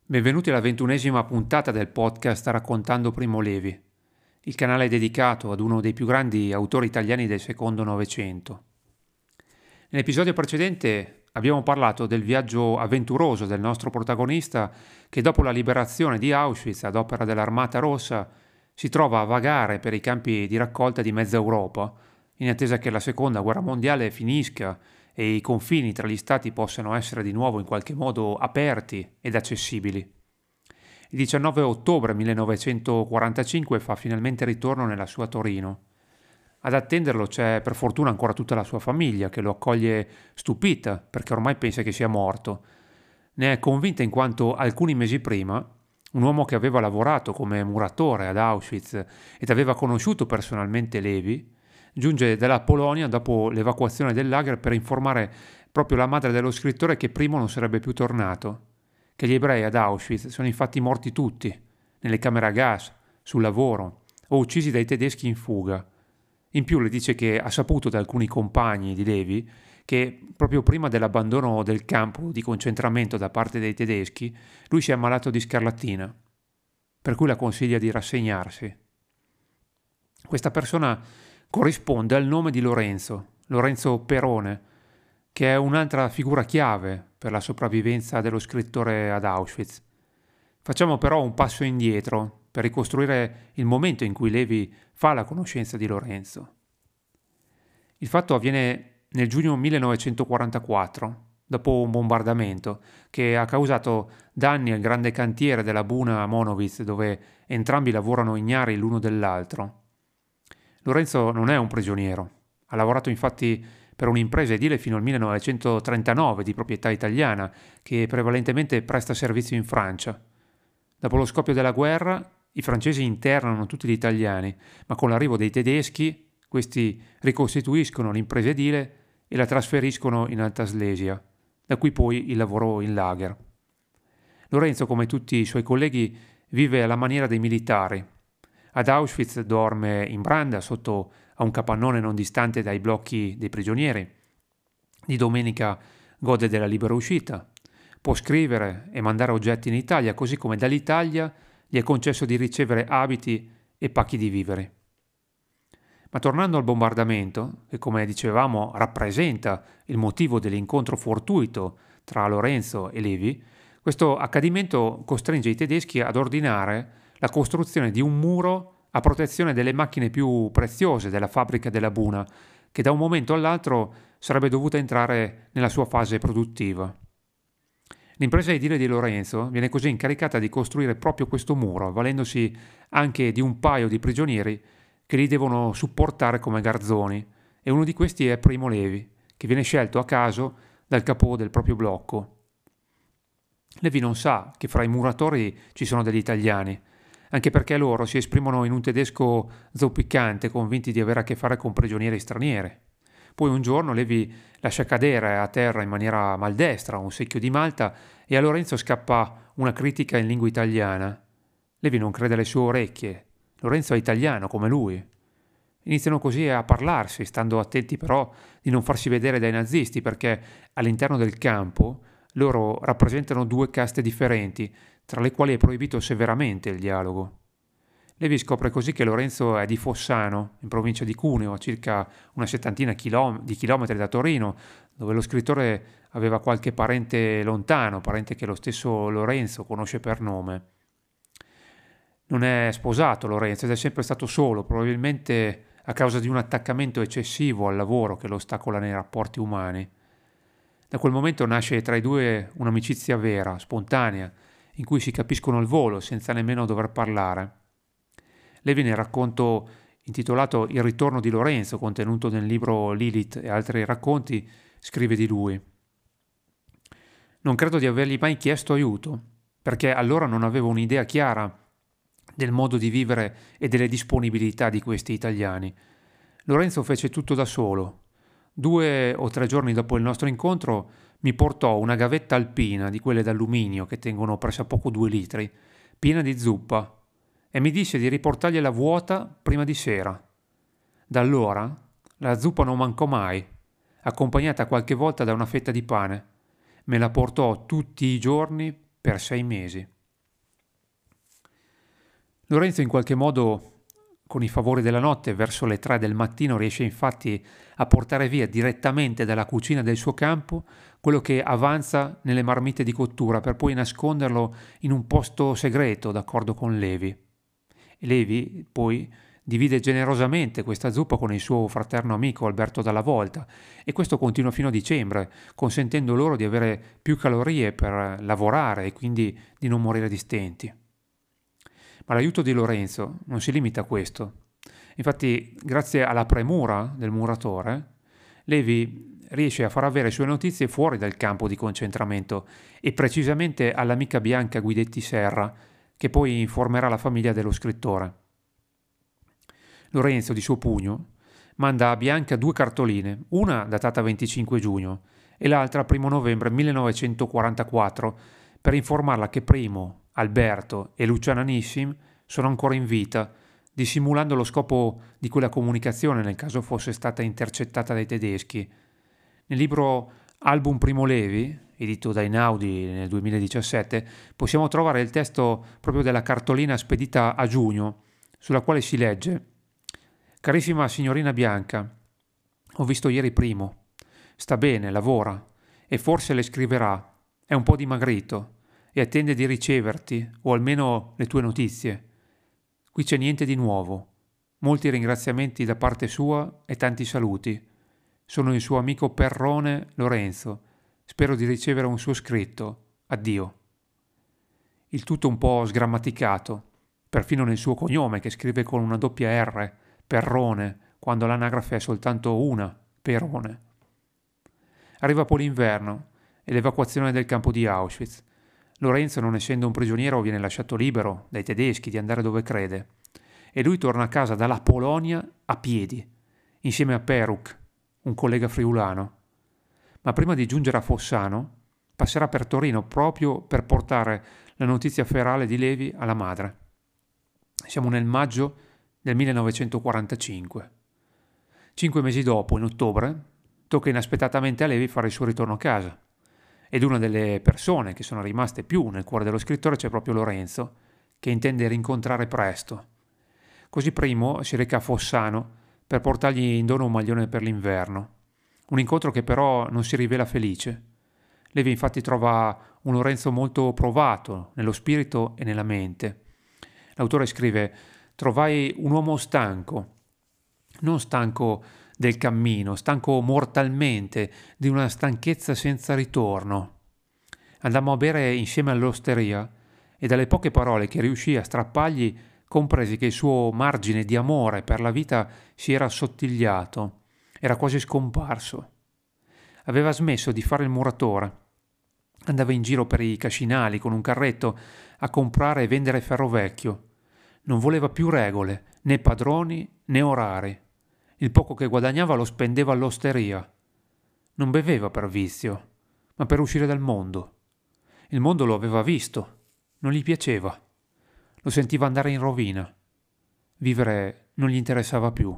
Benvenuti alla 21ª puntata del podcast Raccontando Primo Levi, il canale dedicato ad uno dei più grandi autori italiani del secondo Novecento. Nell'episodio precedente abbiamo parlato del viaggio avventuroso del nostro protagonista che dopo la liberazione di Auschwitz ad opera dell'Armata Rossa si trova a vagare per i campi di raccolta di mezza Europa in attesa che la Seconda Guerra Mondiale finisca e i confini tra gli stati possano essere di nuovo in qualche modo aperti ed accessibili. Il 19 ottobre 1945 fa finalmente ritorno nella sua Torino. Ad attenderlo c'è per fortuna ancora tutta la sua famiglia che lo accoglie stupita perché ormai pensa che sia morto. Ne è convinta in quanto alcuni mesi prima un uomo che aveva lavorato come muratore ad Auschwitz ed aveva conosciuto personalmente Levi giunge dalla Polonia dopo l'evacuazione del lager per informare proprio la madre dello scrittore che Primo non sarebbe più tornato, che gli ebrei ad Auschwitz sono infatti morti tutti, nelle camere a gas, sul lavoro o uccisi dai tedeschi in fuga. In più le dice che ha saputo da alcuni compagni di Levi che proprio prima dell'abbandono del campo di concentramento da parte dei tedeschi lui si è ammalato di scarlattina, per cui la consiglia di rassegnarsi. Questa persona corrisponde al nome di Lorenzo Perone, che è un'altra figura chiave per la sopravvivenza dello scrittore ad Auschwitz. Facciamo però un passo indietro per ricostruire il momento in cui Levi fa la conoscenza di Lorenzo. Il fatto avviene nel giugno 1944, dopo un bombardamento che ha causato danni al grande cantiere della Buna a Monowitz, dove entrambi lavorano ignari l'uno dell'altro. Lorenzo non è un prigioniero, ha lavorato infatti per un'impresa edile fino al 1939 di proprietà italiana che prevalentemente presta servizio in Francia. Dopo lo scoppio della guerra i francesi internano tutti gli italiani, ma con l'arrivo dei tedeschi questi ricostituiscono l'impresa edile e la trasferiscono in Alta Slesia, da cui poi il lavoro in lager. Lorenzo, come tutti i suoi colleghi, vive alla maniera dei militari. Ad Auschwitz dorme in branda sotto a un capannone non distante dai blocchi dei prigionieri. Di domenica gode della libera uscita. Può scrivere e mandare oggetti in Italia, così come dall'Italia gli è concesso di ricevere abiti e pacchi di viveri. Ma tornando al bombardamento, che come dicevamo rappresenta il motivo dell'incontro fortuito tra Lorenzo e Levi, questo accadimento costringe i tedeschi ad ordinare la costruzione di un muro a protezione delle macchine più preziose della fabbrica della Buna, che da un momento all'altro sarebbe dovuta entrare nella sua fase produttiva. L'impresa edile di Lorenzo viene così incaricata di costruire proprio questo muro, avvalendosi anche di un paio di prigionieri che li devono supportare come garzoni, e uno di questi è Primo Levi, che viene scelto a caso dal capo del proprio blocco. Levi non sa che fra i muratori ci sono degli italiani, anche perché loro si esprimono in un tedesco zoppicante, convinti di avere a che fare con prigionieri stranieri. Poi un giorno Levi lascia cadere a terra in maniera maldestra un secchio di malta e a Lorenzo scappa una critica in lingua italiana. Levi non crede alle sue orecchie. Lorenzo è italiano come lui. Iniziano così a parlarsi, stando attenti però di non farsi vedere dai nazisti, perché all'interno del campo loro rappresentano due caste differenti, tra le quali è proibito severamente il dialogo. Levi scopre così che Lorenzo è di Fossano, in provincia di Cuneo, a circa una settantina di chilometri da Torino, dove lo scrittore aveva qualche parente lontano, parente che lo stesso Lorenzo conosce per nome. Non è sposato Lorenzo ed è sempre stato solo, probabilmente a causa di un attaccamento eccessivo al lavoro che lo ostacola nei rapporti umani. Da quel momento nasce tra i due un'amicizia vera, spontanea, in cui si capiscono al volo senza nemmeno dover parlare. Levi nel racconto intitolato Il ritorno di Lorenzo, contenuto nel libro Lilith e altri racconti, scrive di lui: «Non credo di avergli mai chiesto aiuto, perché allora non avevo un'idea chiara del modo di vivere e delle disponibilità di questi italiani. Lorenzo fece tutto da solo. 2 o 3 giorni dopo il nostro incontro mi portò una gavetta alpina di quelle d'alluminio che tengono pressappoco 2 litri, piena di zuppa, e mi disse di riportargliela vuota prima di sera. Da allora la zuppa non mancò mai, accompagnata qualche volta da una fetta di pane. Me la portò tutti i giorni per 6 mesi. Lorenzo in qualche modo, con i favori della notte, verso le 3 del mattino riesce infatti a portare via direttamente dalla cucina del suo campo quello che avanza nelle marmite di cottura per poi nasconderlo in un posto segreto d'accordo con Levi. E Levi poi divide generosamente questa zuppa con il suo fraterno amico Alberto Dalla Volta e questo continua fino a dicembre, consentendo loro di avere più calorie per lavorare e quindi di non morire di stenti. Ma l'aiuto di Lorenzo non si limita a questo. Infatti, grazie alla premura del muratore, Levi riesce a far avere sue notizie fuori dal campo di concentramento e precisamente all'amica Bianca Guidetti Serra, che poi informerà la famiglia dello scrittore. Lorenzo, di suo pugno, manda a Bianca 2 cartoline, una datata 25 giugno e l'altra 1 novembre 1944, per informarla che Primo, Alberto e Luciana Nissim sono ancora in vita, dissimulando lo scopo di quella comunicazione nel caso fosse stata intercettata dai tedeschi. Nel libro Album Primo Levi, edito da Einaudi nel 2017, possiamo trovare il testo proprio della cartolina spedita a giugno, sulla quale si legge: «Carissima signorina Bianca, ho visto ieri Primo. Sta bene, lavora e forse le scriverà. È un po' dimagrito e attende di riceverti, o almeno le tue notizie. Qui c'è niente di nuovo. Molti ringraziamenti da parte sua e tanti saluti. Sono il suo amico Perrone Lorenzo. Spero di ricevere un suo scritto. Addio». Il tutto un po' sgrammaticato, perfino nel suo cognome che scrive con una doppia R, Perrone, quando l'anagrafe è soltanto una, Perone. Arriva poi l'inverno e l'evacuazione del campo di Auschwitz. Lorenzo, non essendo un prigioniero, viene lasciato libero dai tedeschi di andare dove crede e lui torna a casa dalla Polonia a piedi, insieme a Peruk, un collega friulano. Ma prima di giungere a Fossano, passerà per Torino proprio per portare la notizia ferale di Levi alla madre. Siamo nel maggio del 1945. 5 mesi dopo, in ottobre, tocca inaspettatamente a Levi fare il suo ritorno a casa. Ed una delle persone che sono rimaste più nel cuore dello scrittore c'è proprio Lorenzo, che intende rincontrare presto. Così Primo si reca a Fossano per portargli in dono un maglione per l'inverno. Un incontro che però non si rivela felice. Levi infatti trova un Lorenzo molto provato nello spirito e nella mente. L'autore scrive: «Trovai un uomo stanco, non stanco del cammino, stanco mortalmente, di una stanchezza senza ritorno. Andammo a bere insieme all'osteria e dalle poche parole che riuscì a strappargli compresi che il suo margine di amore per la vita si era assottigliato, era quasi scomparso. Aveva smesso di fare il muratore. Andava in giro per i cascinali con un carretto a comprare e vendere ferro vecchio. Non voleva più regole, né padroni né orari. Il poco che guadagnava lo spendeva all'osteria. Non beveva per vizio, ma per uscire dal mondo. Il mondo lo aveva visto, non gli piaceva. Lo sentiva andare in rovina. Vivere non gli interessava più».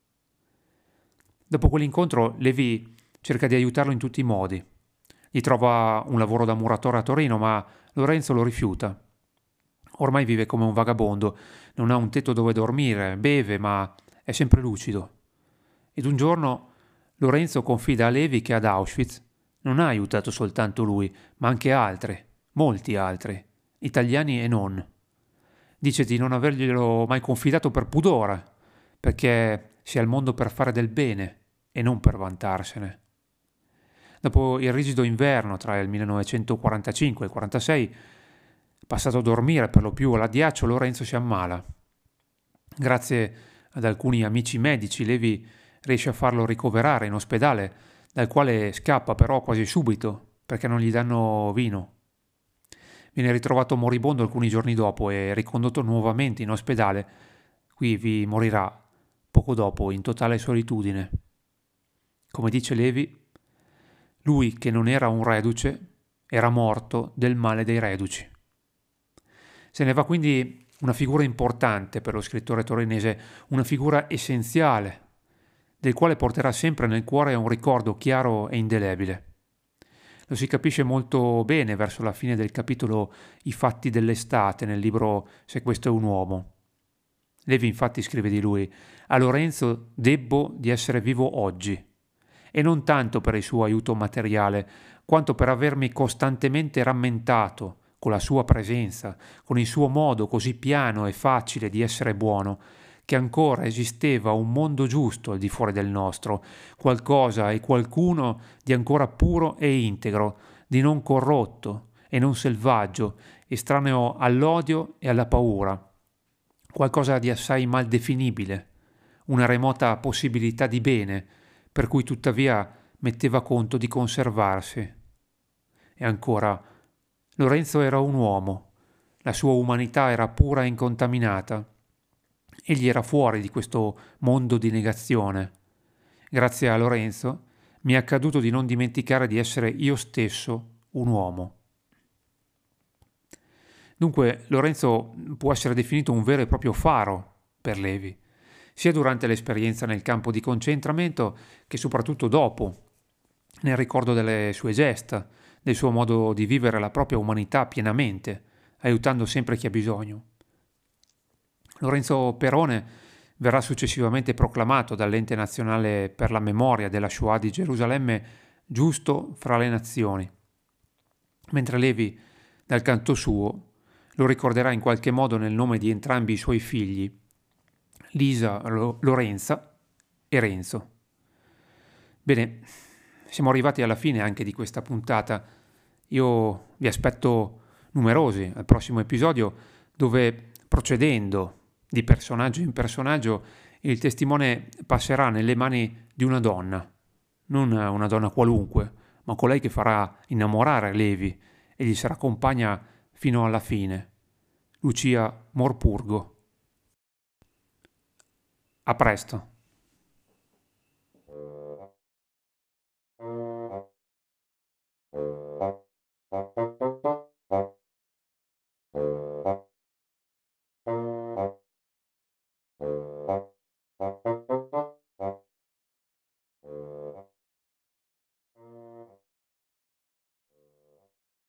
Dopo quell'incontro Levi cerca di aiutarlo in tutti i modi. Gli trova un lavoro da muratore a Torino, ma Lorenzo lo rifiuta. Ormai vive come un vagabondo, non ha un tetto dove dormire, beve, ma è sempre lucido. Ed un giorno Lorenzo confida a Levi che ad Auschwitz non ha aiutato soltanto lui, ma anche altri, molti altri, italiani e non. Dice di non averglielo mai confidato per pudore, perché si è al mondo per fare del bene e non per vantarsene. Dopo il rigido inverno tra il 1945 e il 1946, passato a dormire per lo più all'addiaccio, Lorenzo si ammala. Grazie ad alcuni amici medici, Levi riesce a farlo ricoverare in ospedale, dal quale scappa però quasi subito, perché non gli danno vino. Viene ritrovato moribondo alcuni giorni dopo e ricondotto nuovamente in ospedale. Qui vi morirà poco dopo in totale solitudine. Come dice Levi, lui che non era un reduce era morto del male dei reduci. Se ne va quindi una figura importante per lo scrittore torinese, una figura essenziale, del quale porterà sempre nel cuore un ricordo chiaro e indelebile. Lo si capisce molto bene verso la fine del capitolo I fatti dell'estate nel libro Se questo è un uomo, Levi infatti scrive di lui: a Lorenzo debbo di essere vivo oggi, e non tanto per il suo aiuto materiale, quanto per avermi costantemente rammentato con la sua presenza, con il suo modo così piano e facile di essere buono, che ancora esisteva un mondo giusto al di fuori del nostro, qualcosa e qualcuno di ancora puro e integro, di non corrotto e non selvaggio, estraneo all'odio e alla paura, qualcosa di assai mal definibile, una remota possibilità di bene, per cui tuttavia metteva conto di conservarsi. E ancora, Lorenzo era un uomo, la sua umanità era pura e incontaminata. Egli era fuori di questo mondo di negazione. Grazie a Lorenzo mi è accaduto di non dimenticare di essere io stesso un uomo. Dunque Lorenzo può essere definito un vero e proprio faro per Levi, sia durante l'esperienza nel campo di concentramento che soprattutto dopo, nel ricordo delle sue gesta, del suo modo di vivere la propria umanità pienamente, aiutando sempre chi ha bisogno. Lorenzo Perone verrà successivamente proclamato dall'Ente Nazionale per la Memoria della Shoah di Gerusalemme giusto fra le nazioni, mentre Levi, dal canto suo, lo ricorderà in qualche modo nel nome di entrambi i suoi figli, Lisa Lorenza e Renzo. Bene, siamo arrivati alla fine anche di questa puntata. Io vi aspetto numerosi al prossimo episodio, dove procedendo di personaggio in personaggio il testimone passerà nelle mani di una donna, non una donna qualunque, ma colei che farà innamorare Levi e gli sarà compagna fino alla fine, Lucia Morpurgo. A presto.